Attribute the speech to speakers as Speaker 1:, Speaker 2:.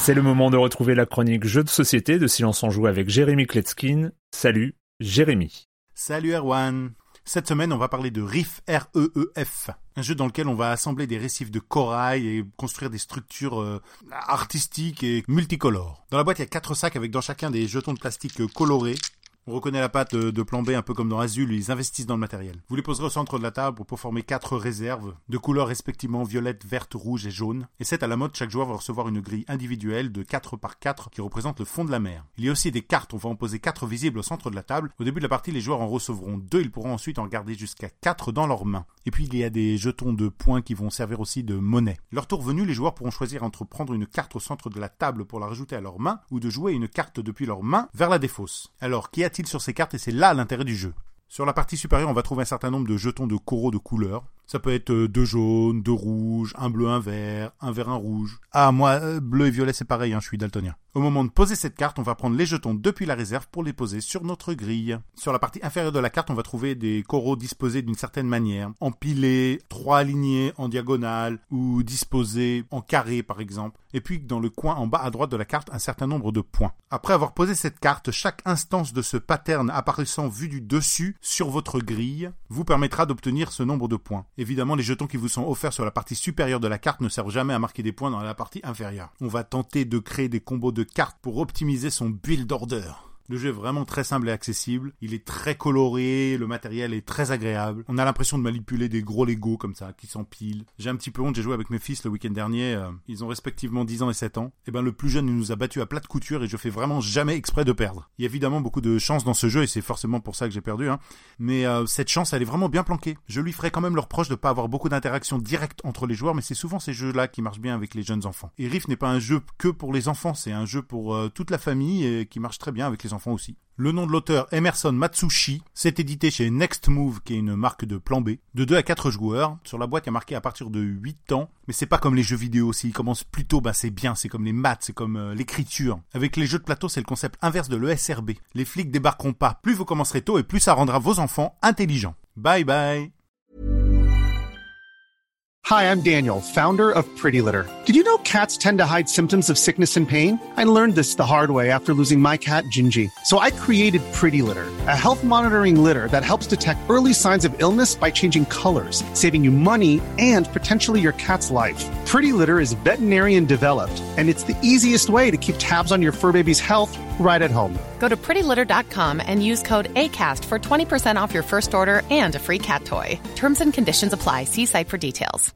Speaker 1: C'est le moment de retrouver la chronique Jeux de société de Silence on Joue avec Jérémy Kletzkin. Salut, Jérémy.
Speaker 2: Salut Erwan. Cette semaine, on va parler de Reef, R-E-E-F, un jeu dans lequel on va assembler des récifs de corail et construire des structures artistiques et multicolores. Dans la boîte, il y a 4 sacs avec dans chacun des jetons de plastique colorés. On reconnaît la patte de plan B un peu comme dans Azul, ils investissent dans le matériel. Vous les poserez au centre de la table pour former 4 réserves, de couleurs respectivement violette, verte, rouge et jaune. Et c'est à la mode, chaque joueur va recevoir une grille individuelle de 4 par 4 qui représente le fond de la mer. Il y a aussi des cartes, on va en poser 4 visibles au centre de la table. Au début de la partie, les joueurs en recevront 2, ils pourront ensuite en garder jusqu'à 4 dans leurs mains. Et puis il y a des jetons de points qui vont servir aussi de monnaie. Leur tour venu, les joueurs pourront choisir entre prendre une carte au centre de la table pour la rajouter à leurs mains ou de jouer une carte depuis leurs mains vers la défausse. Alors, qu'y a-t-il sur ces cartes? Et c'est là l'intérêt du jeu. Sur la partie supérieure, on va trouver un certain nombre de jetons de coraux de couleurs. Ça peut être 2 jaunes, 2 rouges, un bleu, un vert, un rouge. Ah, moi, bleu et violet, c'est pareil, je suis daltonien. Au moment de poser cette carte, on va prendre les jetons depuis la réserve pour les poser sur notre grille. Sur la partie inférieure de la carte, on va trouver des coraux disposés d'une certaine manière. Empilés, 3 alignés en diagonale ou disposés en carré, par exemple. Et puis, dans le coin en bas à droite de la carte, un certain nombre de points. Après avoir posé cette carte, chaque instance de ce pattern apparaissant vu du dessus sur votre grille vous permettra d'obtenir ce nombre de points. Évidemment, les jetons qui vous sont offerts sur la partie supérieure de la carte ne servent jamais à marquer des points dans la partie inférieure. On va tenter de créer des combos de cartes pour optimiser son build order. Le jeu est vraiment très simple et accessible. Il est très coloré, le matériel est très agréable. On a l'impression de manipuler des gros Lego comme ça, qui s'empilent. J'ai un petit peu honte, j'ai joué avec mes fils le week-end dernier. Ils ont respectivement 10 ans et 7 ans. Et le plus jeune, il nous a battus à plate couture et je fais vraiment jamais exprès de perdre. Il y a évidemment beaucoup de chance dans ce jeu et c'est forcément pour ça que j'ai perdu. Mais cette chance, elle est vraiment bien planquée. Je lui ferai quand même le reproche de pas avoir beaucoup d'interactions directes entre les joueurs, mais c'est souvent ces jeux-là qui marchent bien avec les jeunes enfants. Et Reef n'est pas un jeu que pour les enfants, c'est un jeu pour toute la famille et qui marche très bien avec les enfants aussi. Le nom de l'auteur, Emerson Matsushi, c'est édité chez Next Move, qui est une marque de plan B, de 2 à 4 joueurs. Sur la boîte, il y a marqué à partir de 8 ans, mais c'est pas comme les jeux vidéo, s'ils commencent plus tôt, c'est bien, c'est comme les maths, c'est comme l'écriture. Avec les jeux de plateau, c'est le concept inverse de l'ESRB. Les flics débarqueront pas, plus vous commencerez tôt et plus ça rendra vos enfants intelligents. Bye bye.
Speaker 3: Hi, I'm Daniel, founder of Pretty Litter. Did you know cats tend to hide symptoms of sickness and pain? I learned this the hard way after losing my cat, Gingy. So I created Pretty Litter, a health monitoring litter that helps detect early signs of illness by changing colors, saving you money and potentially your cat's life. Pretty Litter is veterinarian developed, and it's the easiest way to keep tabs on your fur baby's health right at home.
Speaker 4: Go to prettylitter.com and use code ACAST for 20% off your first order and a free cat toy. Terms and conditions apply. See site for details.